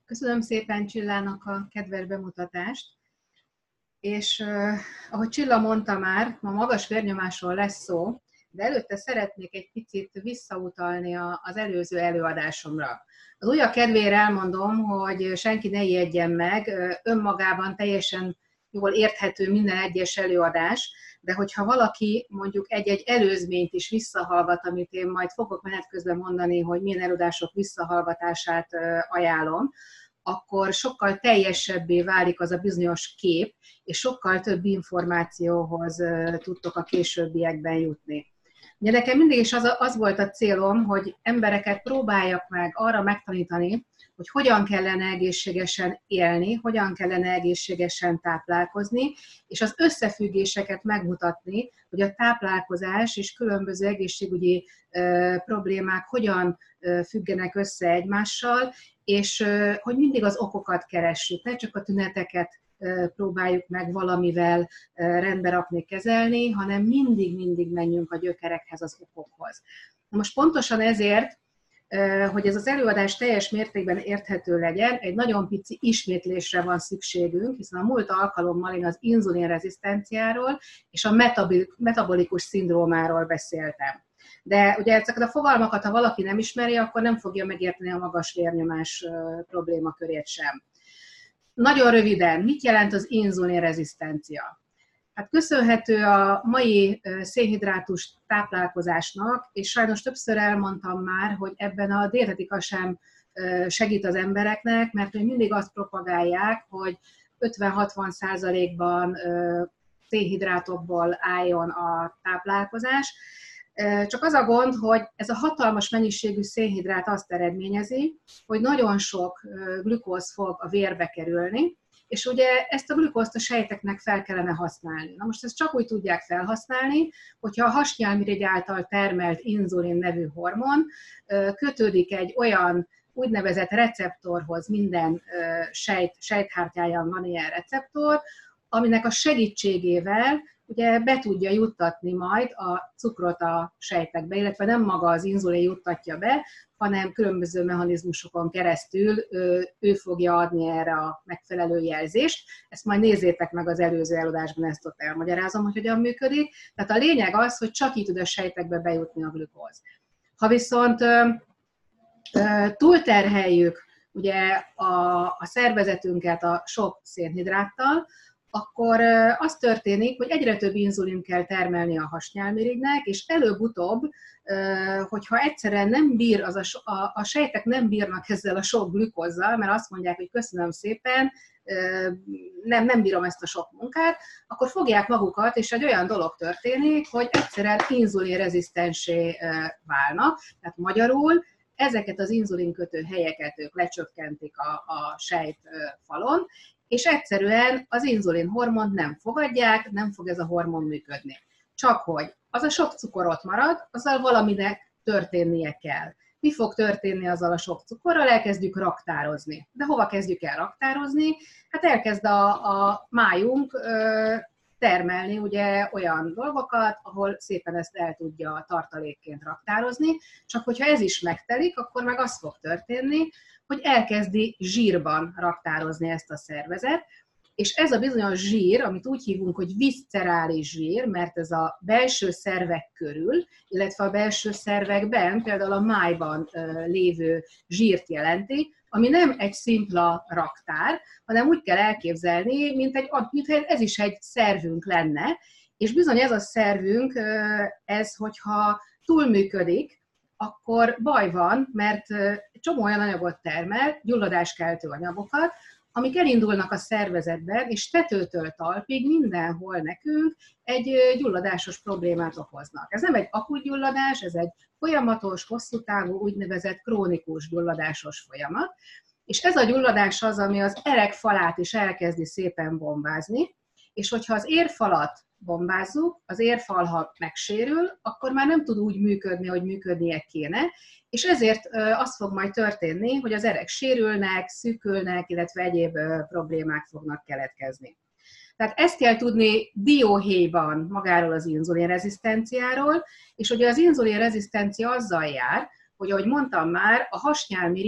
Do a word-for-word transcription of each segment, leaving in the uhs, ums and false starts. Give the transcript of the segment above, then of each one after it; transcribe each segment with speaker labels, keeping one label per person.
Speaker 1: Köszönöm szépen Csillának a kedves bemutatást, és uh, ahogy Csilla mondta már, ma magas vérnyomásról lesz szó, de előtte szeretnék egy picit visszautalni a, az előző előadásomra. Az újra kedvére elmondom, hogy senki ne ijedjen meg, önmagában teljesen jól érthető minden egyes előadás, de hogyha valaki mondjuk egy-egy előzményt is visszahallgat, amit én majd fogok menet közben mondani, hogy milyen előadások visszahallgatását ajánlom, akkor sokkal teljesebbé válik az a bizonyos kép, és sokkal több információhoz tudtok a későbbiekben jutni. Ugye nekem mindig is az, az volt a célom, hogy embereket próbáljak meg arra megtanítani, hogy hogyan kellene egészségesen élni, hogyan kellene egészségesen táplálkozni, és az összefüggéseket megmutatni, hogy a táplálkozás és különböző egészségügyi ö, problémák hogyan ö, függenek össze egymással, és ö, hogy mindig az okokat keressük, ne csak a tüneteket ö, próbáljuk meg valamivel ö, rendbe rakni, kezelni, hanem mindig-mindig menjünk a gyökerekhez, az okokhoz. Most pontosan ezért, hogy ez az előadás teljes mértékben érthető legyen, egy nagyon pici ismétlésre van szükségünk, hiszen a múlt alkalommal én az inzulinrezisztenciáról és a metabolikus szindrómáról beszéltem. De ugye ezeket a fogalmakat, ha valaki nem ismeri, akkor nem fogja megérteni a magas vérnyomás problémakörét sem. Nagyon röviden, mit jelent az inzulinrezisztencia? Hát köszönhető a mai szénhidrátus táplálkozásnak, és sajnos többször elmondtam már, hogy ebben a dietetika sem segít az embereknek, mert még mindig azt propagálják, hogy ötven-hatvan százalékban szénhidrátokból álljon a táplálkozás. Csak az a gond, hogy ez a hatalmas mennyiségű szénhidrát azt eredményezi, hogy nagyon sok glükóz fog a vérbe kerülni, és ugye ezt a glükózt a sejteknek fel kellene használni. Na most ezt csak úgy tudják felhasználni, hogyha a hasnyálmirigy által termelt inzulin nevű hormon kötődik egy olyan úgynevezett receptorhoz, minden sejt, sejthártyáján van ilyen receptor, aminek a segítségével ugye be tudja juttatni majd a cukrot a sejtekbe, illetve nem maga az inzulin juttatja be, hanem különböző mechanizmusokon keresztül ő, ő fogja adni erre a megfelelő jelzést. Ezt majd nézzétek meg az előző előadásban, ezt ott elmagyarázom, hogy hogyan működik. Tehát a lényeg az, hogy csak így tud a sejtekbe bejutni a glükóz. Ha viszont ö, ö, túlterheljük ugye a, a szervezetünket a sok szénhidráttal, akkor az történik, hogy egyre több inzulin kell termelni a hasnyálmirigynek, és előbb-utóbb, hogyha egyszerűen nem bír, az a, a, a sejtek nem bírnak ezzel a sok glükózzal, mert azt mondják, hogy köszönöm szépen, nem, nem bírom ezt a sok munkát, akkor fogják magukat, és egy olyan dolog történik, hogy egyszerűen inzulinrezisztensé válnak, tehát magyarul ezeket az inzulinkötő helyeket ők lecsökkentik a, a sejtfalon, és egyszerűen az inzulin hormont nem fogadják, nem fog ez a hormon működni. Csak hogy az a sok cukor ott marad, azzal valaminek történnie kell. Mi fog történni azzal a sok cukorral? Elkezdjük raktározni. De hova kezdjük el raktározni? Hát elkezd a, a májunk ö, termelni ugye olyan dolgokat, ahol szépen ezt el tudja tartalékként raktározni, csak hogyha ez is megtelik, akkor meg az fog történni, hogy elkezdi zsírban raktározni ezt a szervezet, és ez a bizonyos zsír, amit úgy hívunk, hogy viszcerális zsír, mert ez a belső szervek körül, illetve a belső szervekben, például a májban lévő zsírt jelenti, ami nem egy szimpla raktár, hanem úgy kell elképzelni, mint egy, mintha ez is egy szervünk lenne, és bizony ez a szervünk, ez, hogyha túlműködik, akkor baj van, mert csomó olyan anyagot termel, gyulladáskeltő anyagokat, amik elindulnak a szervezetben, és tetőtől talpig mindenhol nekünk egy gyulladásos problémát okoznak. Ez nem egy akut gyulladás, ez egy folyamatos, hosszú távú, úgynevezett krónikus gyulladásos folyamat, és ez a gyulladás az, ami az erekfalát is elkezdi szépen bombázni, és hogyha az érfalat bombázzuk, az érfal, ha megsérül, akkor már nem tud úgy működni, hogy működnie kéne, és ezért az fog majd történni, hogy az erek sérülnek, szűkülnek, illetve egyéb problémák fognak keletkezni. Tehát ezt kell tudni dióhéjban magáról az inzulinrezisztenciáról, és ugye az inzulinrezisztencia azzal jár, hogy ahogy mondtam már, a hasnyálmirigy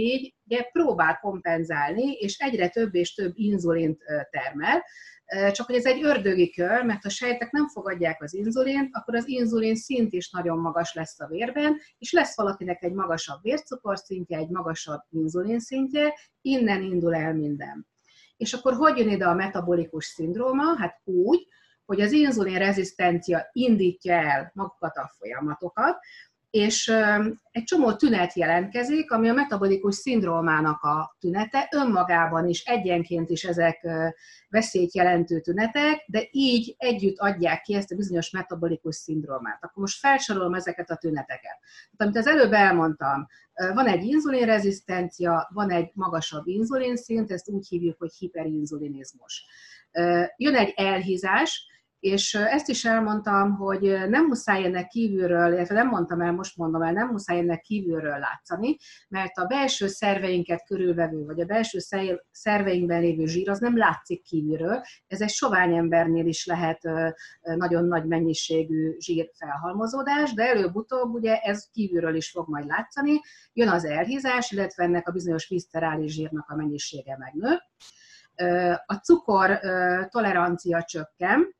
Speaker 1: ugye próbál kompenzálni, és egyre több és több inzulint termel, csak hogy ez egy ördögi kör, mert ha sejtek nem fogadják az inzulint, akkor az inzulin szint is nagyon magas lesz a vérben, és lesz valakinek egy magasabb vércukorszintje, egy magasabb inzulin szintje, innen indul el minden. És akkor hogy jön ide a metabolikus szindróma? Hát úgy, hogy az inzulin rezisztencia indítja el magukat a folyamatokat, és egy csomó tünet jelentkezik, ami a metabolikus szindrómának a tünete, önmagában is egyenként is ezek veszélyt jelentő tünetek, de így együtt adják ki ezt a bizonyos metabolikus szindrómát. Akkor most felsorolom ezeket a tüneteket. Amit az előbb elmondtam, van egy inzulinrezisztencia, van egy magasabb inzulinszint, ezt úgy hívjuk, hogy hiperinzulinizmus. Jön egy elhízás, és ezt is elmondtam, hogy nem muszáj ennek kívülről, illetve nem mondtam el, most mondom el, nem muszáj ennek kívülről látszani, mert a belső szerveinket körülvevő, vagy a belső szerveinkben lévő zsír, az nem látszik kívülről. Ez egy sovány embernél is lehet nagyon nagy mennyiségű zsír felhalmozódás, de előbb-utóbb ugye ez kívülről is fog majd látszani. Jön az elhízás, illetve ennek a bizonyos viszcerális zsírnak a mennyisége megnő. A cukor tolerancia csökken,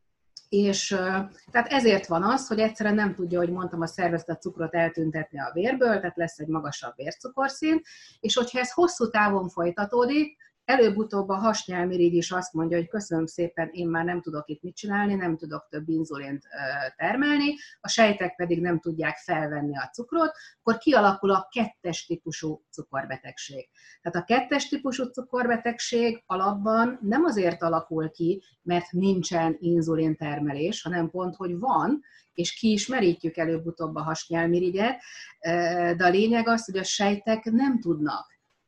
Speaker 1: és tehát ezért van az, hogy egyszerűen nem tudja, hogy mondtam, a szervezet a cukrot eltüntetni a vérből, tehát lesz egy magasabb vércukorszint, és hogyha ez hosszú távon folytatódik, előbb-utóbb a hasnyálmirigy is azt mondja, hogy köszönöm szépen, én már nem tudok itt mit csinálni, nem tudok több inzulint termelni, a sejtek pedig nem tudják felvenni a cukrot, akkor kialakul a kettes típusú cukorbetegség. Tehát a kettes típusú cukorbetegség alapban nem azért alakul ki, mert nincsen inzulintermelés, hanem pont, hogy van, és ki is merítjük előbb-utóbb a hasnyálmirigyet, de a lényeg az, hogy a sejtek nem tudnak.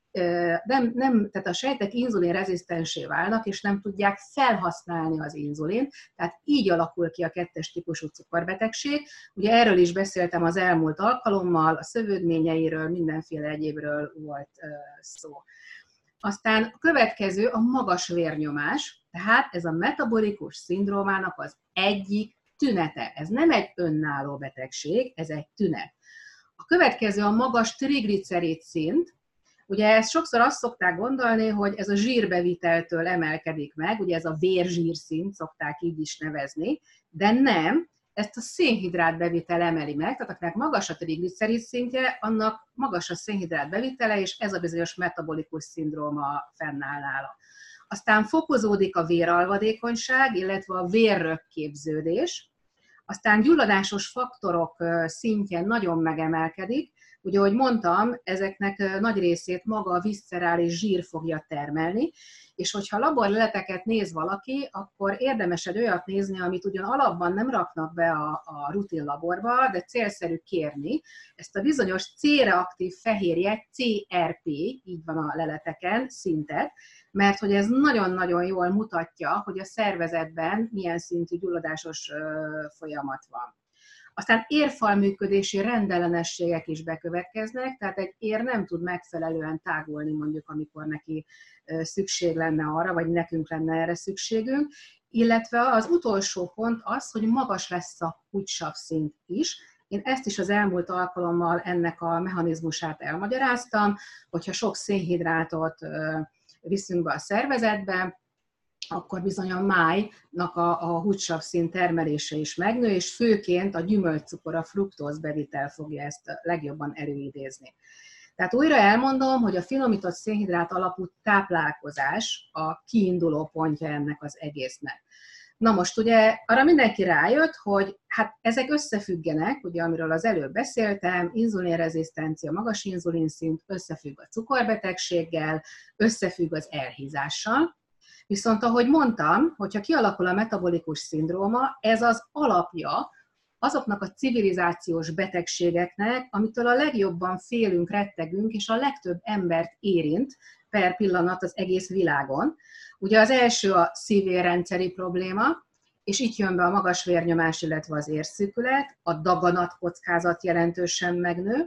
Speaker 1: Nem, nem, tehát a sejtek inzulinrezisztensé válnak, és nem tudják felhasználni az inzulint, tehát így alakul ki a kettes típusú cukorbetegség. Ugye erről is beszéltem az elmúlt alkalommal, a szövődményeiről, mindenféle egyébről volt szó. Aztán a következő a magas vérnyomás, tehát ez a metabolikus szindrómának az egyik tünete. Ez nem egy önálló betegség, ez egy tünet. A következő a magas triglicerid szint. Ugye ezt sokszor azt szokták gondolni, hogy ez a zsírbeviteltől emelkedik meg, ugye ez a vérzsírszint szokták így is nevezni, de nem, ezt a szénhidrát bevitel emeli meg, tehát akinek magas a triglicerid szintje, annak magas a szénhidrát bevitele, és ez a bizonyos metabolikus szindróma fennáll nála. Aztán fokozódik a véralvadékonyság, illetve a vérrögképződés, aztán gyulladásos faktorok szintje nagyon megemelkedik. Ugye, ahogy mondtam, ezeknek nagy részét maga a viszcerális zsír fogja termelni, és hogyha laborleleteket néz valaki, akkor érdemes egy olyat nézni, amit ugyan alapban nem raknak be a, a rutin laborba, de célszerű kérni. Ezt a bizonyos C-reaktív fehérje, cé er pé, így van a leleteken, szintet, mert hogy ez nagyon-nagyon jól mutatja, hogy a szervezetben milyen szintű gyulladásos folyamat van. Aztán érfalműködési rendellenességek is bekövetkeznek, tehát egy ér nem tud megfelelően tágulni, mondjuk, amikor neki szükség lenne arra, vagy nekünk lenne erre szükségünk, illetve az utolsó pont az, hogy magas lesz a húgysav szint is. Én ezt is az elmúlt alkalommal ennek a mechanizmusát elmagyaráztam, hogyha sok szénhidrátot viszünk be a szervezetbe, akkor bizony a májnak a, a húgysav szint termelése is megnő, és főként a gyümölcscukor, a fruktóz bevitel fogja ezt legjobban előidézni. Tehát újra elmondom, hogy a finomított szénhidrát alapú táplálkozás a kiinduló pontja ennek az egésznek. Na most ugye arra mindenki rájött, hogy hát ezek összefüggenek, ugye amiről az előbb beszéltem, inzulinrezisztencia, magas inzulinszint, összefügg a cukorbetegséggel, összefügg az elhízással. Viszont ahogy mondtam, hogyha kialakul a metabolikus szindróma, ez az alapja azoknak a civilizációs betegségeknek, amitől a legjobban félünk, rettegünk, és a legtöbb embert érint per pillanat az egész világon. Ugye az első a szívérrendszeri probléma, és itt jön be a magas vérnyomás, illetve az érszűkület, a daganatkockázat jelentősen megnő.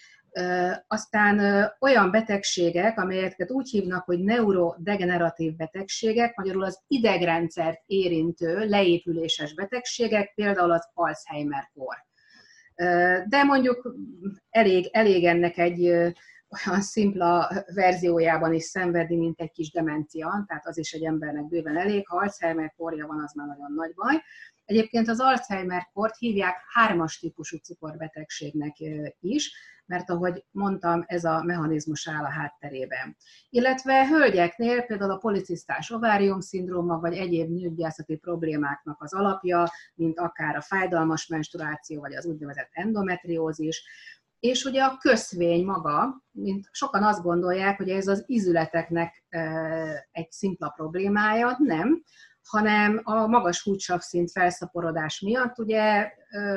Speaker 1: Aztán olyan betegségek, amelyeket úgy hívnak, hogy neurodegeneratív betegségek, magyarul az idegrendszert érintő leépüléses betegségek, például az Alzheimer-kór. De mondjuk elég, elég ennek egy olyan szimpla verziójában is szenvedni, mint egy kis demencia, tehát az is egy embernek bőven elég. Ha Alzheimer-kórja van, az már nagyon nagy baj. Egyébként az Alzheimer-kort hívják hármas típusú cukorbetegségnek is, mert ahogy mondtam, ez a mechanizmus áll a hátterében. Illetve hölgyeknél például a policisztás ovárium-szindróma, vagy egyéb nőgyászati problémáknak az alapja, mint akár a fájdalmas menstruáció, vagy az úgynevezett endometriózis. És ugye a köszvény maga, mint sokan azt gondolják, hogy ez az ízületeknek egy szimpla problémája, nem, hanem a magas húdsavszint felszaporodás miatt ugye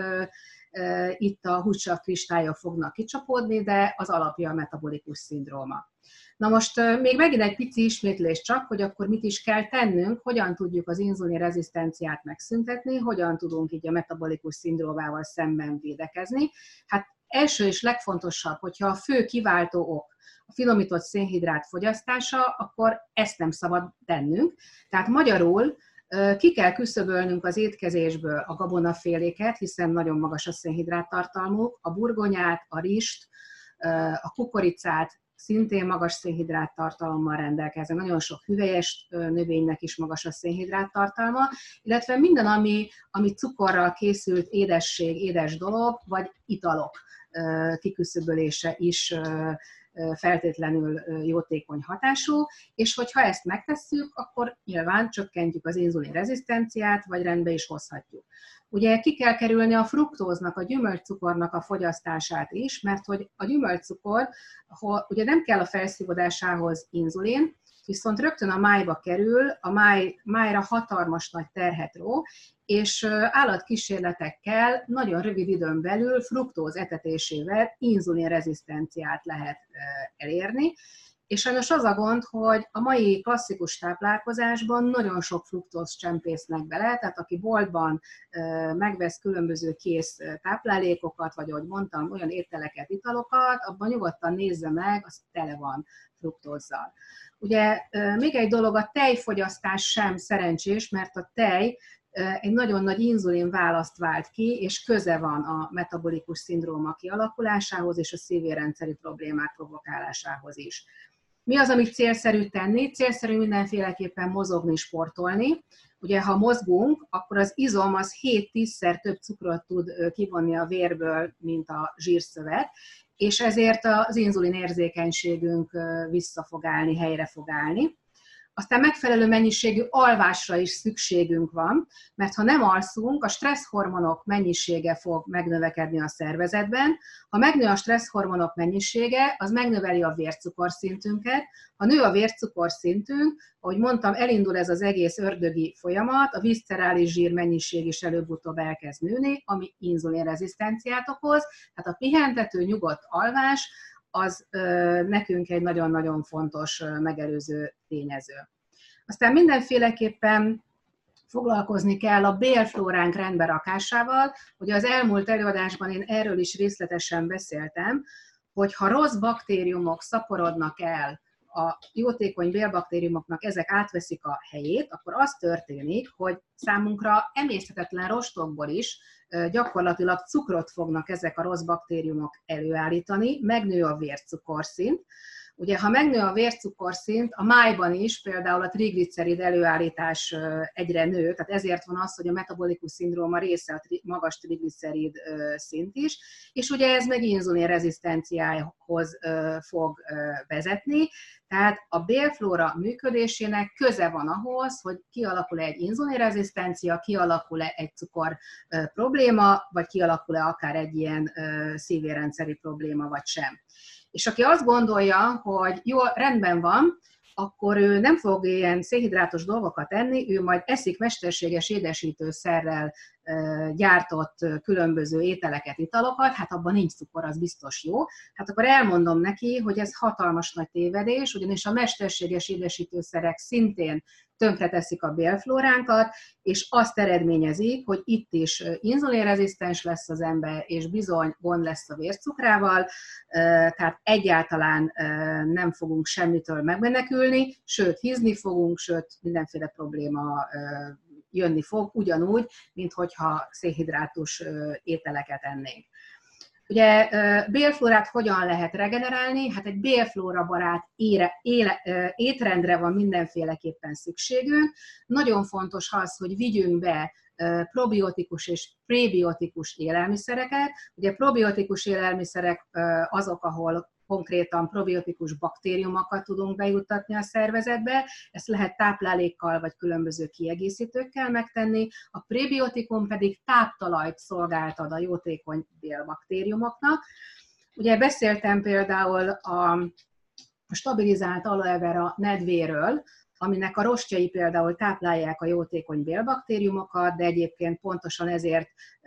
Speaker 1: itt a hússav kristályok fognak kicsapódni, de az alapja a metabolikus szindróma. Na most még megint egy pici ismétlés csak, hogy akkor mit is kell tennünk, hogyan tudjuk az inzulin rezisztenciát megszüntetni, hogyan tudunk így a metabolikus szindrómával szemben védekezni. Hát első és legfontosabb, hogyha a fő kiváltó ok a finomított szénhidrát fogyasztása, akkor ezt nem szabad tennünk. Tehát magyarul ki kell küszöbölnünk az étkezésből a gabonaféléket, hiszen nagyon magas a szénhidrát tartalmuk, a burgonyát, a rizst, a kukoricát, szintén magas szénhidrát tartalommal rendelkeznek, nagyon sok hüvelyes növénynek is magas a szénhidrát tartalma, illetve minden, ami, ami cukorral készült édesség, édes dolog, vagy italok kiküszöbölése is feltétlenül jótékony hatású, és hogyha ezt megtesszük, akkor nyilván csökkentjük az inzulin rezisztenciát, vagy rendbe is hozhatjuk. Ugye ki kell kerülni a fruktóznak, a gyümölcscukornak a fogyasztását is, mert hogy a gyümölcscukor, ugye nem kell a felszívódásához inzulin, viszont rögtön a májba kerül, a máj, májra hatalmas nagy terhet ró, és állatkísérletekkel nagyon rövid időn belül fruktóz etetésével inzulinrezisztenciát lehet elérni. És sajnos az a gond, hogy a mai klasszikus táplálkozásban nagyon sok fruktózt csempésznek bele, tehát aki boltban megvesz különböző kész táplálékokat, vagy ahogy mondtam, olyan ételeket, italokat, abban nyugodtan nézze meg, az tele van fruktózzal. Ugye még egy dolog, a tejfogyasztás sem szerencsés, mert a tej egy nagyon nagy inzulin választ vált ki, és köze van a metabolikus szindróma kialakulásához és a szívérendszeri problémák provokálásához is. Mi az, amit célszerű tenni? Célszerű mindenféleképpen mozogni, sportolni. Ugye, ha mozgunk, akkor az izom az hét-tízszer több cukrot tud kivonni a vérből, mint a zsírszövet, és ezért az inzulin érzékenységünk vissza fog állni, helyre fog állni. Aztán megfelelő mennyiségű alvásra is szükségünk van, mert ha nem alszunk, a stresszhormonok mennyisége fog megnövekedni a szervezetben. Ha megnő a stresszhormonok mennyisége, az megnöveli a vércukorszintünket. Ha nő a vércukorszintünk, ahogy mondtam, elindul ez az egész ördögi folyamat, a viszcerális zsír mennyiség is előbb-utóbb elkezd nőni, ami inzulinrezisztenciát okoz. Tehát a pihentető, nyugodt alvás, az nekünk egy nagyon-nagyon fontos megelőző tényező. Aztán mindenféleképpen foglalkozni kell a bélflóránk rendbe rakásával. Ugye az elmúlt előadásban én erről is részletesen beszéltem, hogy ha rossz baktériumok szaporodnak el, a jótékony bélbaktériumoknak ezek átveszik a helyét, akkor az történik, hogy számunkra emészthetetlen rostokból is gyakorlatilag cukrot fognak ezek a rossz baktériumok előállítani, megnő a vércukorszint. Ugye, ha megnő a vércukorszint, a májban is például a triglicerid előállítás egyre nő, tehát ezért van az, hogy a metabolikus szindróma része a tri- magas triglicerid szint is, és ugye ez meg inzulinrezisztenciához fog vezetni, tehát a bélflóra működésének köze van ahhoz, hogy kialakul-e egy inzulinrezisztencia, kialakul-e egy cukor probléma, vagy kialakul-e akár egy ilyen szívérendszeri probléma, vagy sem. És aki azt gondolja, hogy jó, rendben van, akkor ő nem fog ilyen szénhidrátos dolgokat enni, ő majd eszik mesterséges édesítőszerrel gyártott különböző ételeket, italokat, hát abban nincs cukor, az biztos jó. Hát akkor elmondom neki, hogy ez hatalmas nagy tévedés, ugyanis a mesterséges édesítőszerek szintén tönkreteszik a bélflóránkat, és azt eredményezik, hogy itt is inzulinrezisztens lesz az ember, és bizony gond lesz a vércukrával, tehát egyáltalán nem fogunk semmitől megmenekülni, sőt, hízni fogunk, sőt, mindenféle probléma jönni fog, ugyanúgy, mint hogyha szénhidrátus ételeket ennénk. Ugye bélflórát hogyan lehet regenerálni? Hát egy bélflóra barát ére, éle, étrendre van mindenféleképpen szükségünk. Nagyon fontos az, hogy vigyünk be probiotikus és prebiotikus élelmiszereket. Ugye probiotikus élelmiszerek azok, ahol konkrétan probiotikus baktériumokat tudunk bejuttatni a szervezetbe, ezt lehet táplálékkal vagy különböző kiegészítőkkel megtenni, a prebiotikum pedig táptalajt szolgáltat a jótékony bélbaktériumoknak. Ugye beszéltem például a stabilizált aloe vera nedvéről, aminek a rostjai például táplálják a jótékony bélbaktériumokat, de egyébként pontosan ezért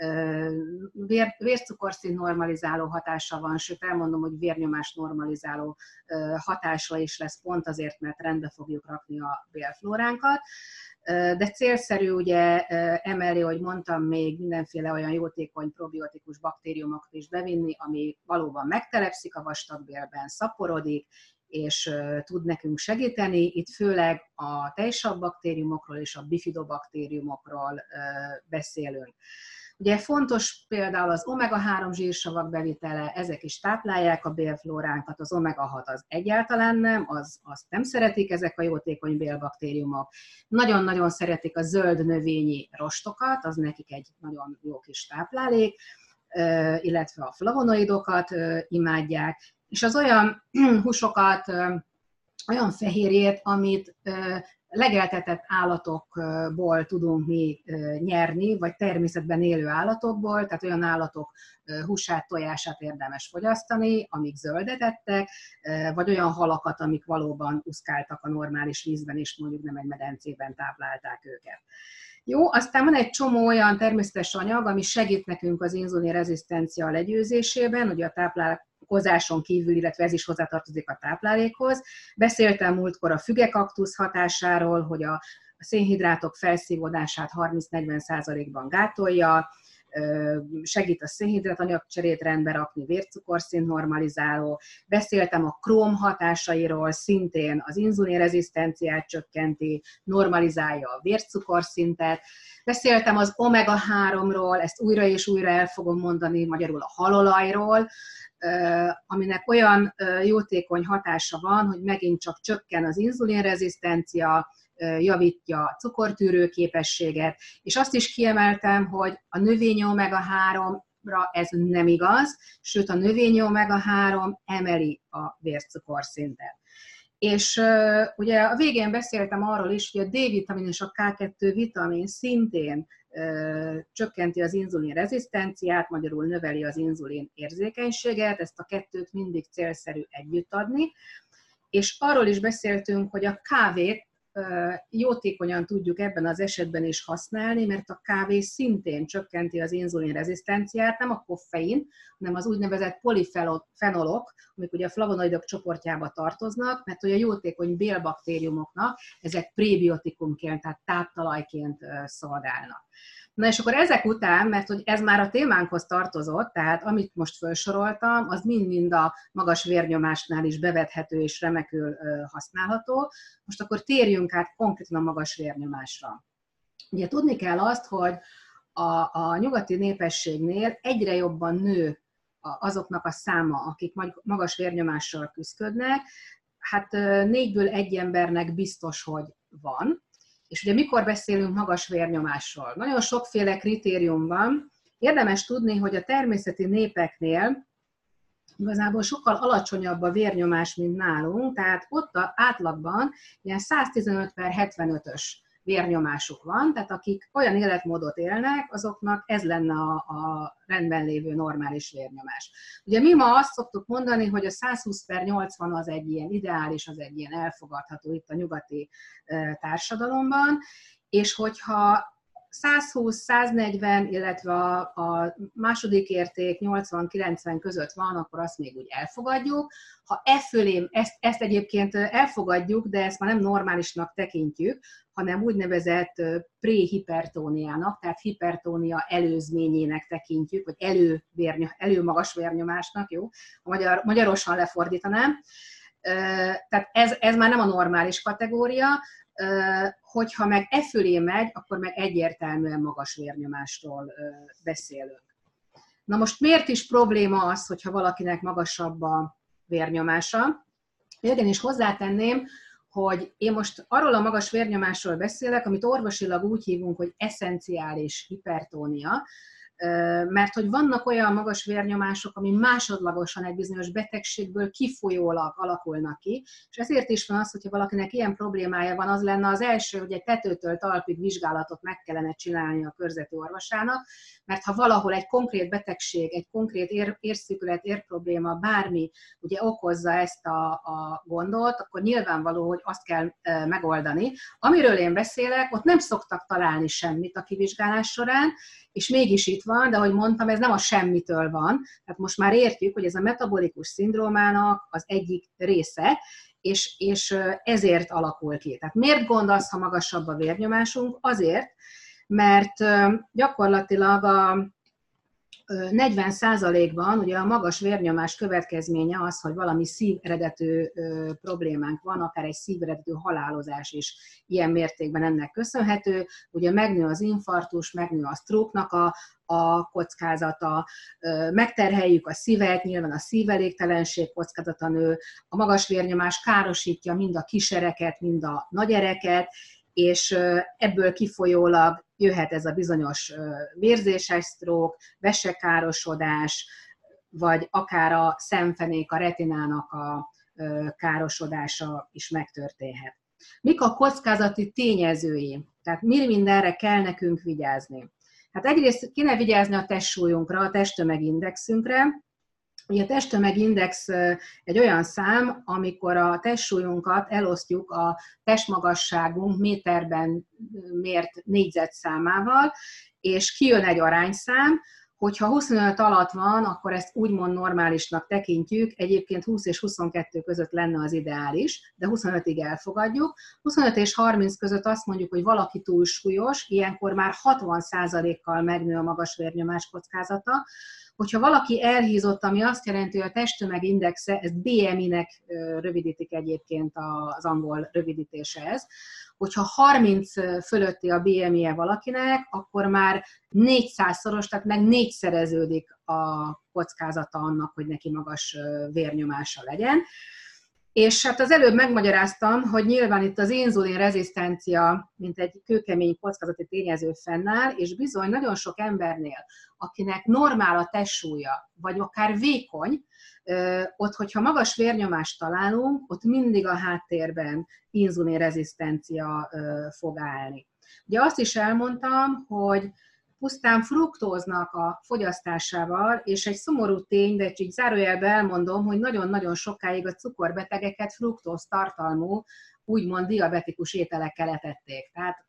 Speaker 1: vér, vércukorszint normalizáló hatása van, sőt elmondom, hogy vérnyomás normalizáló hatása is lesz, pont azért, mert rendbe fogjuk rakni a bélflóránkat. De célszerű ugye emellé, hogy mondtam, még mindenféle olyan jótékony probiotikus baktériumokat is bevinni, ami valóban megtelepszik a vastagbélben, szaporodik, és tud nekünk segíteni. Itt főleg a tejsav baktériumokról és a bifidobaktériumokról beszélünk. Ugye fontos például az omega három zsírsavak bevitele, ezek is táplálják a bélflóránkat, az omega hat az egyáltalán nem, az, azt nem szeretik ezek a jótékony bélbaktériumok. Nagyon-nagyon szeretik a zöld növényi rostokat, az nekik egy nagyon jó kis táplálék, illetve a flavonoidokat imádják, és az olyan húsokat, olyan fehérjét, amit legeltetett állatokból tudunk mi nyerni, vagy természetben élő állatokból, tehát olyan állatok húsát, tojását érdemes fogyasztani, amik zöldet ettek, vagy olyan halakat, amik valóban úszkáltak a normális vízben, és mondjuk nem egy medencében táplálták őket. Jó, aztán van egy csomó olyan természetes anyag, ami segít nekünk az inzulin rezisztencia legyőzésében, ugye a táplálkozáson kívül, illetve ez is hozzátartozik a táplálékhoz. Beszéltem múltkor a fügekaktusz hatásáról, hogy a szénhidrátok felszívódását harminc-negyven százalékban gátolja, segít a szénhidrát anyagcserét rendbe rakni, vércukorszint normalizáló. Beszéltem a króm hatásairól, szintén az inzulinrezisztenciát csökkenti, normalizálja a vércukorszintet. Beszéltem az omega háromról, ezt újra és újra el fogom mondani, magyarul a halolajról, aminek olyan jótékony hatása van, hogy megint csak csökken az inzulinrezisztencia, javítja a cukortűrő képességet, és azt is kiemeltem, hogy a növényi omega háromra ez nem igaz, sőt a növényi omega három emeli a vércukorszintet. És uh, ugye a végén beszéltem arról is, hogy a D-vitamin és a ká kettő vitamin szintén uh, csökkenti az inzulin rezisztenciát, magyarul növeli az inzulin érzékenységet, ezt a kettőt mindig célszerű együtt adni. És arról is beszéltünk, hogy a kávét jótékonyan tudjuk ebben az esetben is használni, mert a kávé szintén csökkenti az inzulin rezisztenciát, nem a koffein, hanem az úgynevezett polifenolok, amik ugye a flavonoidok csoportjába tartoznak, mert ugye a jótékony bélbaktériumoknak ezek prebiotikumként, tehát táptalajként szolgálnak. Na és akkor ezek után, mert hogy ez már a témánkhoz tartozott, tehát amit most felsoroltam, az mind-mind a magas vérnyomásnál is bevethető és remekül használható. Most akkor térjünk át konkrétan a magas vérnyomásra. Ugye tudni kell azt, hogy a, a nyugati népességnél egyre jobban nő azoknak a száma, akik magas vérnyomással küzdködnek. Hát négyből egy embernek biztos, hogy van. És ugye mikor beszélünk magas vérnyomásról? Nagyon sokféle kritérium van. Érdemes tudni, hogy a természeti népeknél igazából sokkal alacsonyabb a vérnyomás, mint nálunk, tehát ott átlagban ilyen száztizenöt per hetvenötös vérnyomásuk van, tehát akik olyan életmódot élnek, azoknak ez lenne a, a rendben lévő normális vérnyomás. Ugye mi ma azt szoktuk mondani, hogy a százhúsz per nyolcvan az egy ilyen ideális, az egy ilyen elfogadható itt a nyugati társadalomban, és hogyha százhúsz száznegyven, illetve a, a második érték nyolcvan-kilencven között van, akkor azt még úgy elfogadjuk. Ha e fölé, ezt, ezt egyébként elfogadjuk, de ezt már nem normálisnak tekintjük, hanem úgynevezett préhipertóniának, tehát hipertónia előzményének tekintjük, vagy elő, elő magas vérnyomásnak, jó? A magyar, magyarosan lefordítanám. Tehát ez, ez már nem a normális kategória, hogyha meg e fölé megy, akkor meg egyértelműen magas vérnyomásról beszélünk. Na most miért is probléma az, hogyha valakinek magasabb a vérnyomása? Igenis hozzátenném, hogy én most arról a magas vérnyomásról beszélek, amit orvosilag úgy hívunk, hogy eszenciális hipertónia, mert hogy vannak olyan magas vérnyomások, ami másodlagosan egy bizonyos betegségből kifolyólag alakulnak ki, és ezért is van az, hogyha valakinek ilyen problémája van, az lenne az első, hogy egy tetőtől talpig vizsgálatot meg kellene csinálni a körzeti orvosának, mert ha valahol egy konkrét betegség, egy konkrét ér, érszűkület, érprobléma, bármi ugye okozza ezt a, a gondot, akkor nyilvánvaló, hogy azt kell e, megoldani. Amiről én beszélek, ott nem szoktak találni semmit a kivizsgálás során, és mégis itt van, de ahogy mondtam, ez nem a semmitől van. Tehát most már értjük, hogy ez a metabolikus szindrómának az egyik része, és, és ezért alakul ki. Tehát miért gond az, ha magasabb a vérnyomásunk? Azért, mert gyakorlatilag a negyven százalékban ugye a magas vérnyomás következménye az, hogy valami szíveredetű problémánk van, akár egy szíveredetű halálozás is ilyen mértékben ennek köszönhető. Ugye megnő az infarktus, megnő a stroke-nak a, a kockázata, megterheljük a szívet, nyilván a szívelégtelenség kockázata nő, a magas vérnyomás károsítja mind a kisereket, mind a nagyereket, és ebből kifolyólag jöhet ez a bizonyos vérzéses sztrók, vesekárosodás, vagy akár a szemfenék, a retinának a károsodása is megtörténhet. Mik a kockázati tényezői? Tehát mi mindenre kell nekünk vigyázni? Hát egyrészt kéne vigyázni a testsúlyunkra, a testtömegindexünkre. Ugye a testtömegindex egy olyan szám, amikor a testsúlyunkat elosztjuk a testmagasságunk méterben mért négyzetszámával, és kijön egy arányszám, hogyha huszonöt alatt van, akkor ezt úgymond normálisnak tekintjük, egyébként húsz és huszonkettő között lenne az ideális, de huszonötig elfogadjuk. huszonöt és harminc között azt mondjuk, hogy valaki túlsúlyos, ilyenkor már hatvan százalékkal megnő a magas vérnyomás kockázata. Hogyha valaki elhízott, ami azt jelenti, hogy a testtömegindexe, ezt bé em i-nek rövidítik egyébként az angol rövidítése ez, hogyha harminc fölötti a bé em i-je valakinek, akkor már négyszázszoros, tehát meg négyszereződik a kockázata annak, hogy neki magas vérnyomása legyen. És hát az előbb megmagyaráztam, hogy nyilván itt az inzulin rezisztencia, mint egy kőkemény kockázati tényező fennáll, és bizony nagyon sok embernél, akinek normál a testsúlya, vagy akár vékony, ott, hogyha magas vérnyomást találunk, ott mindig a háttérben inzulin rezisztencia fog állni. Ugye azt is elmondtam, hogy pusztán fruktóznak a fogyasztásával, és egy szomorú tény, de így zárójelben elmondom, hogy nagyon-nagyon sokáig a cukorbetegeket fruktóz tartalmú, úgymond diabetikus ételekkel etették. Tehát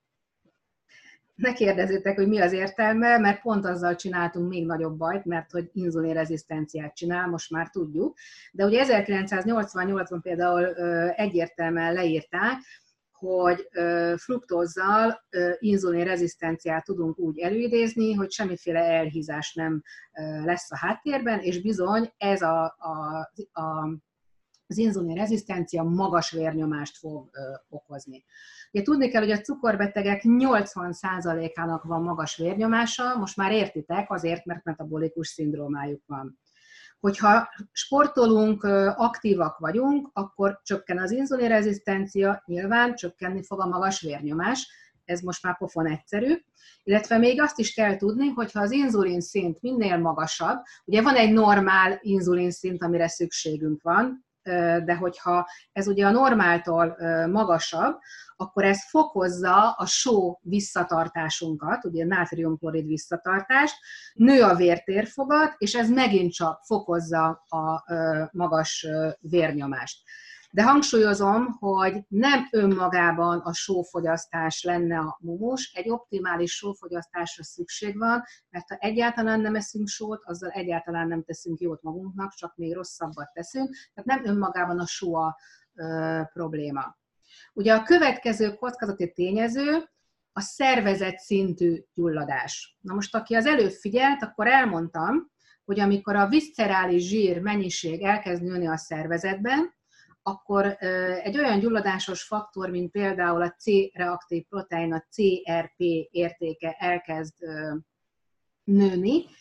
Speaker 1: ne kérdezzétek, hogy mi az értelme, mert pont azzal csináltunk még nagyobb bajt, mert hogy inzulinrezisztenciát csinál, most már tudjuk. De ugye ezerkilencszáznyolcvannyolcban például egyértelműen leírták, hogy fruktózzal inzulinrezisztenciát tudunk úgy előidézni, hogy semmiféle elhízás nem lesz a háttérben, és bizony ez a, a, a, az inzulinrezisztencia magas vérnyomást fog okozni. Ugye tudni kell, hogy a cukorbetegek nyolcvan százalékának van magas vérnyomása, most már értitek, azért, mert metabolikus szindrómájuk van. Hogyha sportolunk, aktívak vagyunk, akkor csökken az inzulinrezisztencia, nyilván csökkenni fog a magas vérnyomás, ez most már pofon egyszerű, illetve még azt is kell tudni, hogyha az inzulin szint minél magasabb, ugye van egy normál inzulin szint, amire szükségünk van, de hogyha ez ugye a normáltól magasabb, akkor ez fokozza a só visszatartásunkat, ugye a nátriumklorid visszatartást, nő a vértérfogat, és ez megint csak fokozza a magas vérnyomást. De hangsúlyozom, hogy nem önmagában a sófogyasztás lenne a mumus, egy optimális sófogyasztásra szükség van, mert ha egyáltalán nem eszünk sót, azzal egyáltalán nem teszünk jót magunknak, csak még rosszabbat teszünk, tehát nem önmagában a só a ö, probléma. Ugye a következő kockázati tényező a szervezet szintű gyulladás. Na most, aki az előbb figyelt, akkor elmondtam, hogy amikor a viszcerális zsír mennyiség elkezd nőni a szervezetben, akkor egy olyan gyulladásos faktor, mint például a C-reaktív protein, a cé er pé értéke elkezd nőni,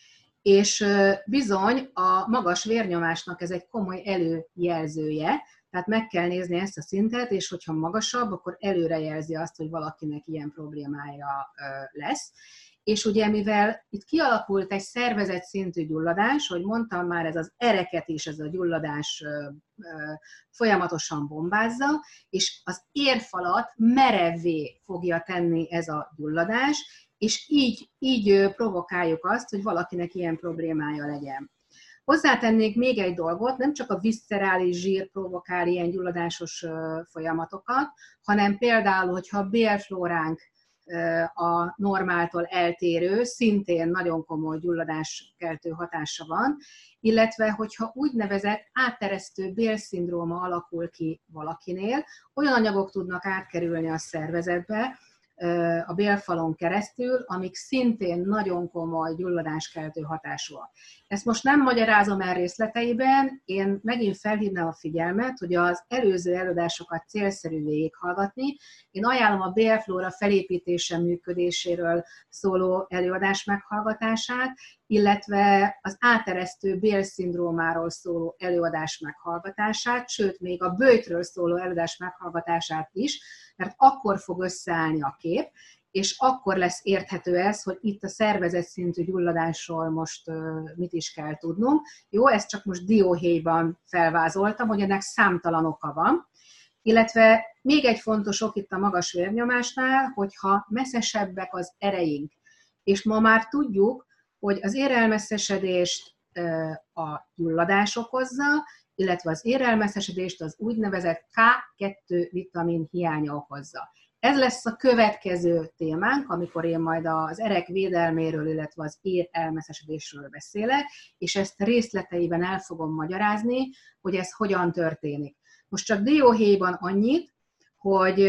Speaker 1: és bizony a magas vérnyomásnak ez egy komoly előjelzője, tehát meg kell nézni ezt a szintet, és hogyha magasabb, akkor előrejelzi azt, hogy valakinek ilyen problémája lesz. És ugye mivel itt kialakult egy szervezet szintű gyulladás, hogy mondtam már, ez az ereket is, ez a gyulladás folyamatosan bombázza, és az érfalat merevvé fogja tenni ez a gyulladás, és így, így provokáljuk azt, hogy valakinek ilyen problémája legyen. Hozzátennék még egy dolgot, nem csak a viszcerális zsír provokál ilyen gyulladásos folyamatokat, hanem például, hogyha a bélflóránk a normáltól eltérő, szintén nagyon komoly gyulladáskeltő hatása van, illetve hogyha úgynevezett átteresztő bélszindróma alakul ki valakinél, olyan anyagok tudnak átkerülni a szervezetbe, a bélfalon keresztül, amik szintén nagyon komoly gyulladáskeltő hatásúak. Ezt most nem magyarázom el részleteiben, én megint felhívnám a figyelmet, hogy az előző előadásokat célszerű végighallgatni. Én ajánlom a bélflóra felépítése működéséről szóló előadás meghallgatását, illetve az áteresztő bélszindrómáról szóló előadás meghallgatását, sőt, még a böjtről szóló előadás meghallgatását is, mert akkor fog összeállni a kép, és akkor lesz érthető ez, hogy itt a szervezet szintű gyulladásról most mit is kell tudnunk. Jó, ezt csak most dióhéjban felvázoltam, hogy ennek számtalan oka van. Illetve még egy fontos ok itt a magas vérnyomásnál, hogyha messzesebbek az ereink. És ma már tudjuk, hogy az érrelmesszesedést a gyulladás okozza, illetve az érrelmesszesedést az úgynevezett ká kettő vitamin hiánya okozza. Ez lesz a következő témánk, amikor én majd az erek védelméről, illetve az érrelmesszesedésről beszélek, és ezt részleteiben el fogom magyarázni, hogy ez hogyan történik. Most csak dióhéjban annyit, hogy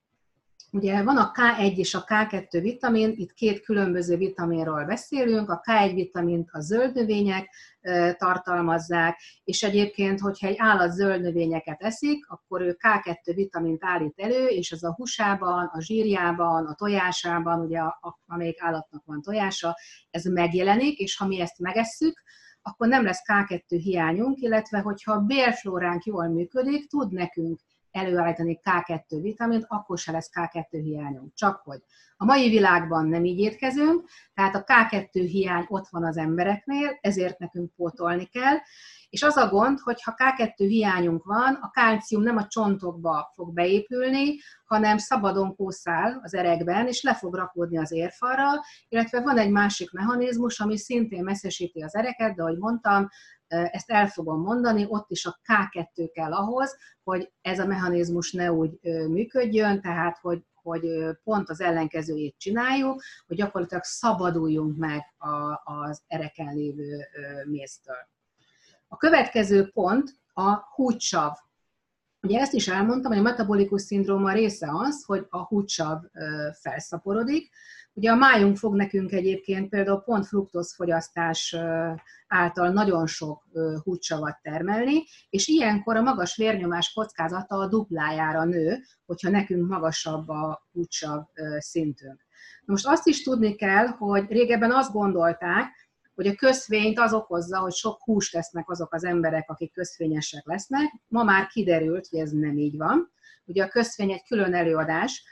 Speaker 1: ugye van a ká egy és a ká kettő vitamin, itt két különböző vitaminról beszélünk, a ká egy vitamint a zöld növények tartalmazzák, és egyébként, hogyha egy állat zöld növényeket eszik, akkor ő ká kettő vitamint állít elő, és az a húsában, a zsírjában, a tojásában, ugye amelyik állatnak van tojása, ez megjelenik, és ha mi ezt megesszük, akkor nem lesz ká kettő hiányunk, illetve hogyha a bélflóránk jól működik, tud nekünk előállítani ká kettő vitamint, akkor se lesz ká kettő hiányunk. Csak hogy a mai világban nem így étkezünk, tehát a ká kettő hiány ott van az embereknél, ezért nekünk pótolni kell, és az a gond, hogy ha ká kettő hiányunk van, a kálcium nem a csontokba fog beépülni, hanem szabadon kószál az erekben, és le fog rakódni az érfalra, illetve van egy másik mechanizmus, ami szintén messzesíti az ereket, de ahogy mondtam, ezt el fogom mondani, ott is a ká kettő kell ahhoz, hogy ez a mechanizmus ne úgy működjön, tehát hogy, hogy pont az ellenkezőjét csináljuk, hogy gyakorlatilag szabaduljunk meg az ereken lévő méztől. A következő pont a húgysav. Ugye ezt is elmondtam, hogy a metabolikus szindróma része az, hogy a húgysav felszaporodik. Ugye a májunk fog nekünk egyébként például pont fruktózfogyasztás által nagyon sok húgysavat termelni, és ilyenkor a magas vérnyomás kockázata a duplájára nő, hogyha nekünk magasabb a húgysav szintünk. Most azt is tudni kell, hogy régebben azt gondolták, hogy a köszvényt az okozza, hogy sok húst esznek azok az emberek, akik köszvényesek lesznek. Ma már kiderült, hogy ez nem így van. Ugye a köszvény egy külön előadás.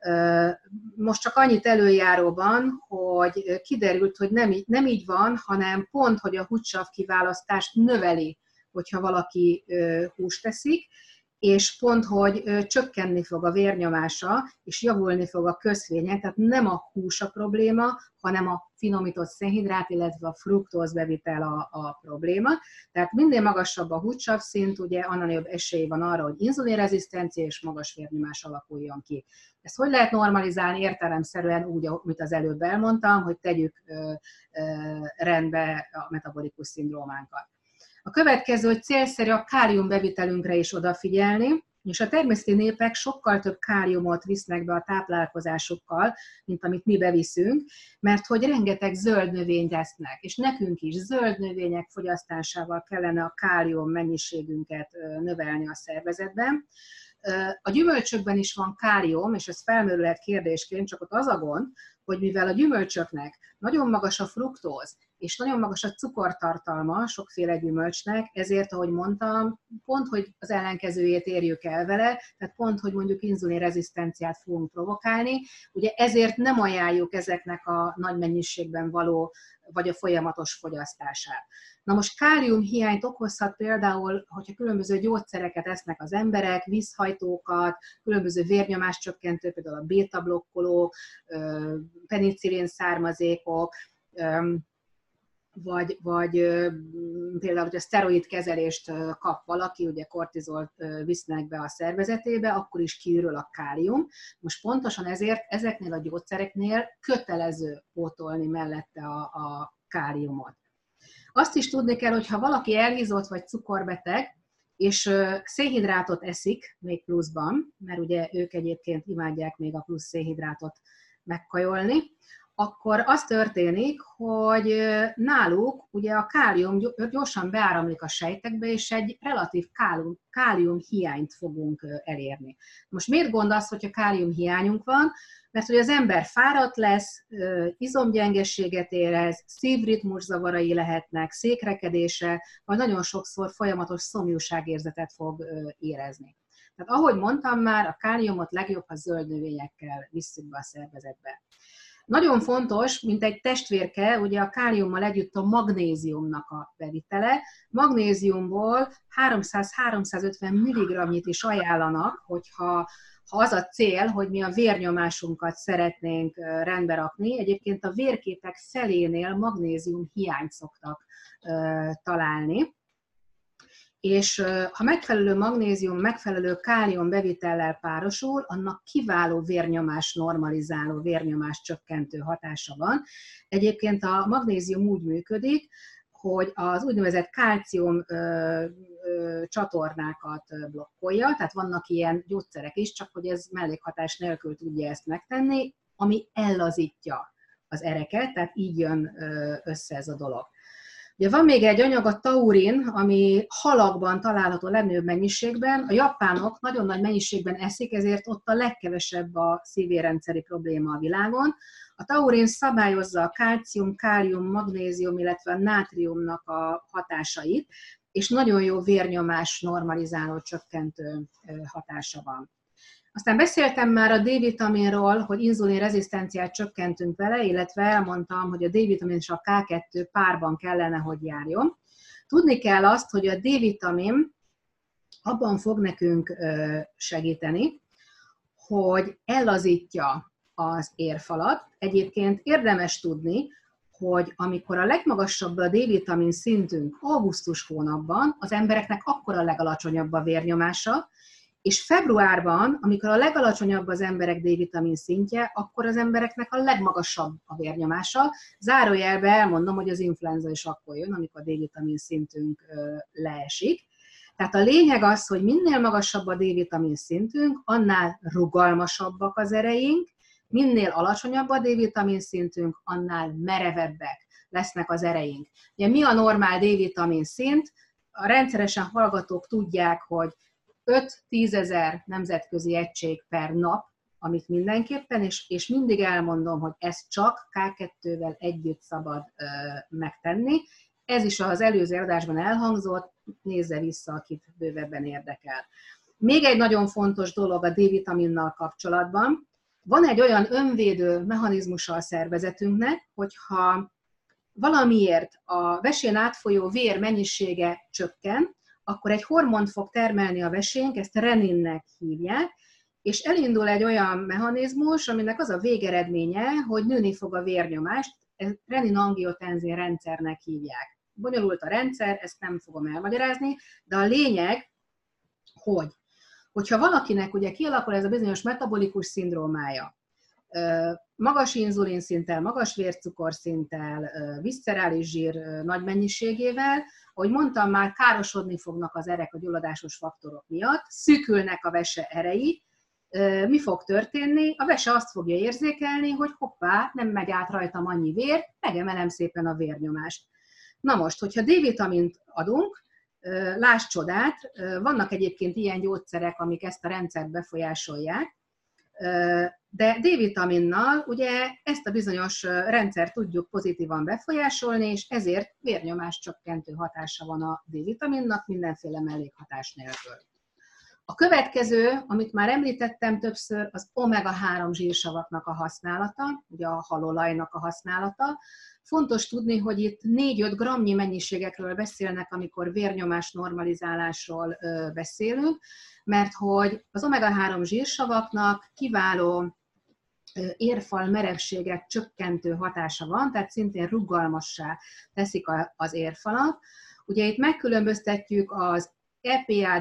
Speaker 1: Most csak annyit előjáróban, hogy kiderült, hogy nem így, nem így van, hanem pont, hogy a húgysav kiválasztást növeli, hogyha valaki húst eszik, és pont, hogy csökkenni fog a vérnyomása, és javulni fog a köszvénye, tehát nem a hús a probléma, hanem a finomított szénhidrát, illetve a fruktóz bevitel a, a probléma. Tehát minél magasabb a húgysav szint, ugye annál jobb esély van arra, hogy inzulinrezisztencia és magas vérnyomás alakuljon ki. Ezt hogy lehet normalizálni? Értelemszerűen úgy, amit az előbb elmondtam, hogy tegyük ö, ö, rendbe a metabolikus szindrómánkat. A következő, hogy célszerű a kálium bevitelünkre is odafigyelni, és a természeti népek sokkal több káliumot visznek be a táplálkozásukkal, mint amit mi beviszünk, mert hogy rengeteg zöld növényt esznek, és nekünk is zöld növények fogyasztásával kellene a kálium mennyiségünket növelni a szervezetben. A gyümölcsökben is van kálium, és ez felmerülhet kérdésként, csak ott az a gond, hogy mivel a gyümölcsöknek nagyon magas a fruktóz, és nagyon magas a cukortartalma sokféle gyümölcsnek, ezért, ahogy mondtam, pont, hogy az ellenkezőjét érjük el vele, tehát pont, hogy mondjuk inzulinrezisztenciát fogunk provokálni, ugye ezért nem ajánljuk ezeknek a nagy mennyiségben való, vagy a folyamatos fogyasztását. Na most kálium hiányt okozhat például, hogyha különböző gyógyszereket esznek az emberek, vízhajtókat, különböző vérnyomáscsökkentő, például a béta-blokkolók, penicillin származékok, vagy, vagy például, hogy a szteroid kezelést kap valaki, ugye kortizolt visznek be a szervezetébe, akkor is kiürül a kálium. Most pontosan ezért ezeknél a gyógyszereknél kötelező pótolni mellette a, a káliumot. Azt is tudni kell, hogy ha valaki elhízott vagy cukorbeteg, és szénhidrátot eszik még pluszban, mert ugye ők egyébként imádják még a plusz szénhidrátot megkajolni, akkor az történik, hogy náluk ugye a kálium gyorsan beáramlik a sejtekbe, és egy relatív kálium, kálium hiányt fogunk elérni. Most miért gond az, hogyha kálium hiányunk van? Mert hogy az ember fáradt lesz, izomgyengességet érez, szívritmus zavarai lehetnek, székrekedése, vagy nagyon sokszor folyamatos szomjúságérzetet fog érezni. Tehát ahogy mondtam már, a káliumot legjobb, ha zöld növényekkel visszük be a szervezetbe. Nagyon fontos, mint egy testvérke, ugye a káliummal együtt a magnéziumnak a bevitele. Magnéziumból háromszáz-háromszázötven milligramnyit is ajánlanak, hogyha ha az a cél, hogy mi a vérnyomásunkat szeretnénk rendbe rakni. Egyébként a vérképek szelénél magnézium hiányt szoktak találni. És ha megfelelő magnézium, megfelelő kálium bevitellel párosul, annak kiváló vérnyomás normalizáló, vérnyomás csökkentő hatása van. Egyébként a magnézium úgy működik, hogy az úgynevezett kálcium csatornákat blokkolja, tehát vannak ilyen gyógyszerek is, csak hogy ez mellékhatás nélkül tudja ezt megtenni, ami ellazítja az ereket, tehát így jön össze ez a dolog. Ugye van még egy anyag, a taurin, ami halakban található legnagyobb mennyiségben. A japánok nagyon nagy mennyiségben eszik, ezért ott a legkevesebb a szívérendszeri probléma a világon. A taurin szabályozza a kálcium, kálium, magnézium, illetve a nátriumnak a hatásait, és nagyon jó vérnyomás normalizáló, csökkentő hatása van. Aztán beszéltem már a D-vitaminról, hogy inzulinrezisztenciát csökkentünk vele, illetve elmondtam, hogy a D-vitamin és a ká kettő párban kellene, hogy járjon. Tudni kell azt, hogy a D-vitamin abban fog nekünk segíteni, hogy ellazítja az érfalat. Egyébként érdemes tudni, hogy amikor a legmagasabb a D-vitamin szintünk augusztus hónapban, az embereknek akkor a legalacsonyabb a vérnyomása, és februárban, amikor a legalacsonyabb az emberek D-vitamin szintje, akkor az embereknek a legmagasabb a vérnyomása. Zárójelbe elmondom, hogy az influenza is akkor jön, amikor a D-vitamin szintünk leesik. Tehát a lényeg az, hogy minél magasabb a D-vitamin szintünk, annál rugalmasabbak az ereink, minél alacsonyabb a D-vitamin szintünk, annál merevebbek lesznek az ereink. Ugye mi a normál D-vitamin szint? A rendszeresen hallgatók tudják, hogy öt-tízezer nemzetközi egység per nap, amit mindenképpen, és, és mindig elmondom, hogy ezt csak ká kettővel együtt szabad ö, megtenni. Ez is az előző adásban elhangzott, nézze vissza, akit bővebben érdekel. Még egy nagyon fontos dolog a D-vitaminnal kapcsolatban. Van egy olyan önvédő mechanizmusa a szervezetünknek, hogyha valamiért a vesén átfolyó vér mennyisége csökken, akkor egy hormont fog termelni a vesénk, ezt reninnek hívják, és elindul egy olyan mechanizmus, aminek az a végeredménye, hogy nőni fog a vérnyomást, ezt renin-angiotenzin rendszernek hívják. Bonyolult a rendszer, ezt nem fogom elmagyarázni, de a lényeg, hogy hogyha valakinek ugye kialakul ez a bizonyos metabolikus szindrómája, magas inzulinszinttel, magas vércukorszinttel, viszcerális zsír nagy mennyiségével, ahogy mondtam már, károsodni fognak az erek a gyulladásos faktorok miatt, szűkülnek a vese erei, mi fog történni? A vese azt fogja érzékelni, hogy hoppá, nem megy át rajtam annyi vér, megemelem szépen a vérnyomást. Na most, hogyha D-vitamint adunk, láss csodát, vannak egyébként ilyen gyógyszerek, amik ezt a rendszert befolyásolják. De D-vitaminnal ugye ezt a bizonyos rendszert tudjuk pozitívan befolyásolni, és ezért vérnyomás csökkentő hatása van a D-vitaminnak mindenféle mellékhatás nélkül. A következő, amit már említettem többször, az omega három zsírsavaknak a használata, ugye a halolajnak a használata. Fontos tudni, hogy itt négy-öt grammnyi mennyiségekről beszélnek, amikor vérnyomás normalizálásról beszélünk, mert hogy az omega három zsírsavaknak kiváló érfal merevséget csökkentő hatása van, tehát szintén rugalmassá teszik az érfalat. Ugye itt megkülönböztetjük az E P A,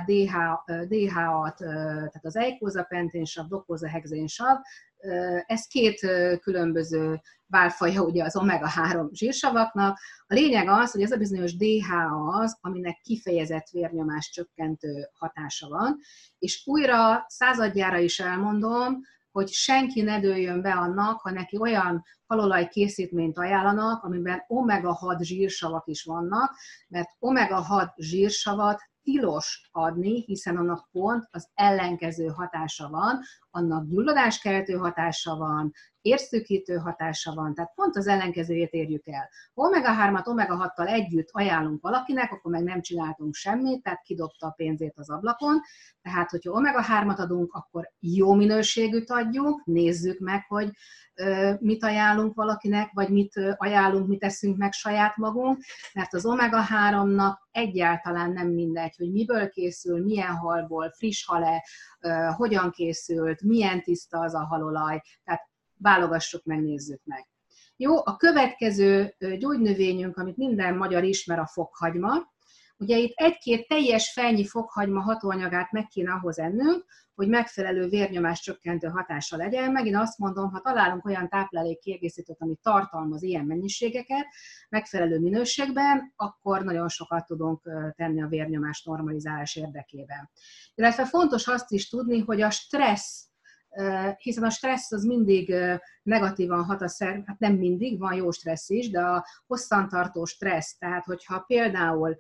Speaker 1: D H A-t, tehát az eikózapentén-sav, dokózahexén-sav, ez két különböző válfaja ugye az omega három zsírsavaknak. A lényeg az, hogy ez a bizonyos D H A az, aminek kifejezett vérnyomás csökkentő hatása van, és újra századjára is elmondom, hogy senki ne dőljön be annak, ha neki olyan halolaj készítményt ajánlanak, amiben omega hat zsírsavak is vannak, mert omega hat zsírsavat tilos adni, hiszen annak pont az ellenkező hatása van, annak gyulladáskeltő hatása van, érszűkítő hatása van, tehát pont az ellenkezőjét érjük el. Ha omega hármat omega hattal együtt ajánlunk valakinek, akkor meg nem csináltunk semmit, tehát kidobta a pénzét az ablakon. Tehát, hogyha omega hármat adunk, akkor jó minőségűt adjuk, nézzük meg, hogy mit ajánlunk valakinek, vagy mit ajánlunk, mit teszünk meg saját magunk, mert az omega háromnak egyáltalán nem mindegy, hogy miből készül, milyen halból, friss hal-e, hogyan készült, milyen tiszta az a halolaj, tehát válogassuk meg, nézzük meg. Jó, a következő gyógynövényünk, amit minden magyar ismer, a fokhagyma. Ugye itt egy-két teljes fejnyi fokhagyma hatóanyagát meg kéne ahhoz ennünk, hogy megfelelő vérnyomás csökkentő hatása legyen. Megint azt mondom, ha találunk olyan táplálékkiegészítőt, ami tartalmaz ilyen mennyiségeket, megfelelő minőségben, akkor nagyon sokat tudunk tenni a vérnyomás normalizálás érdekében. Illetve fontos azt is tudni, hogy a stressz, hiszen a stressz az mindig negatívan hat a szerv, hát nem mindig, van jó stressz is, de a hosszantartó stressz, tehát hogyha például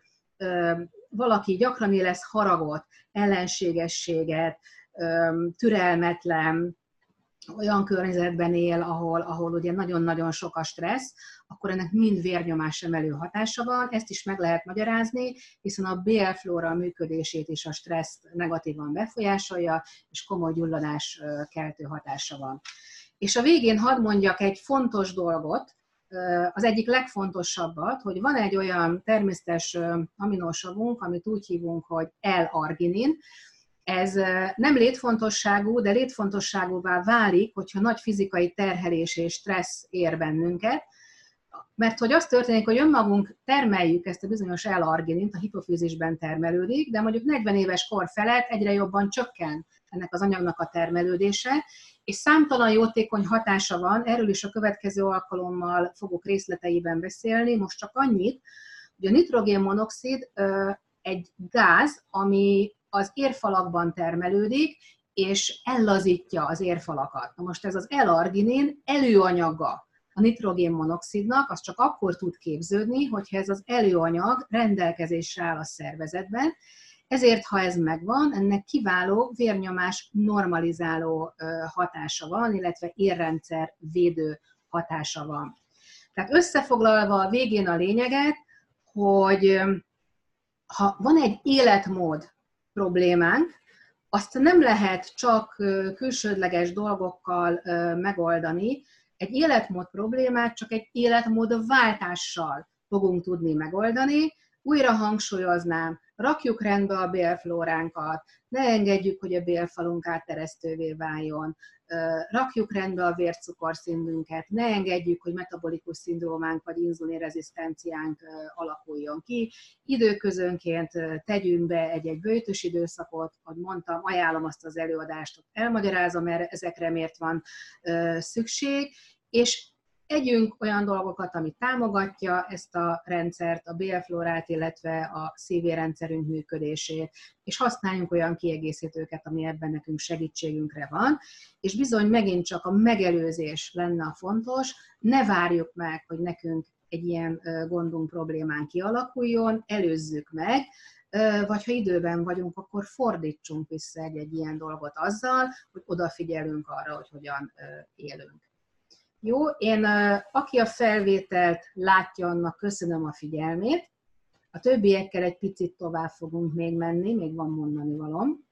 Speaker 1: valaki gyakran érez haragot, ellenségességet, türelmetlen, olyan környezetben él, ahol, ahol ugye nagyon-nagyon sok a stressz, akkor ennek mind vérnyomás emelő hatása van, ezt is meg lehet magyarázni, hiszen a bélflóra működését is a stressz negatívan befolyásolja, és komoly gyulladás keltő hatása van. És a végén hadd mondjak egy fontos dolgot, az egyik legfontosabbat, hogy van egy olyan természetes aminosavunk, amit úgy hívunk, hogy L-arginin. Ez nem létfontosságú, de létfontosságúvá válik, hogyha nagy fizikai terhelés és stressz ér bennünket, mert hogy az történik, hogy önmagunk termeljük ezt a bizonyos L-arginint, a hipofízisben termelődik, de mondjuk negyven éves kor felett egyre jobban csökken ennek az anyagnak a termelődése, és számtalan jótékony hatása van, erről is a következő alkalommal fogok részleteiben beszélni, most csak annyit, hogy a nitrogénmonoxid egy gáz, ami az érfalakban termelődik, és ellazítja az érfalakat. Na most ez az L-arginin előanyaga a nitrogénmonoxidnak, az csak akkor tud képződni, hogyha ez az előanyag rendelkezésre áll a szervezetben. Ezért, ha ez megvan, ennek kiváló vérnyomás normalizáló hatása van, illetve érrendszer védő hatása van. Tehát összefoglalva a végén a lényeget, hogy ha van egy életmód problémánk, azt nem lehet csak külsődleges dolgokkal megoldani. Egy életmód problémát csak egy életmódváltással fogunk tudni megoldani. Újra hangsúlyoznám, rakjuk rendbe a bélflóránkat, ne engedjük, hogy a bélfalunk átteresztővé váljon, rakjuk rendbe a vércukorszintünket, ne engedjük, hogy metabolikus szindrómánk vagy inzulinrezisztenciánk alakuljon ki. Időközönként tegyünk be egy-egy böjtös időszakot, ahogy mondtam, ajánlom azt az előadást, elmagyarázom, ezekre miért van szükség, és együnk olyan dolgokat, ami támogatja ezt a rendszert, a bélflórát, illetve a szívérrendszerünk működését, és használjunk olyan kiegészítőket, ami ebben nekünk segítségünkre van, és bizony megint csak a megelőzés lenne a fontos, ne várjuk meg, hogy nekünk egy ilyen gondunk, problémán kialakuljon, előzzük meg, vagy ha időben vagyunk, akkor fordítsunk vissza egy-egy ilyen dolgot azzal, hogy odafigyelünk arra, hogy hogyan élünk. Jó, én aki a felvételt látja, annak köszönöm a figyelmét. A többiekkel egy picit tovább fogunk még menni, még van mondani valóm.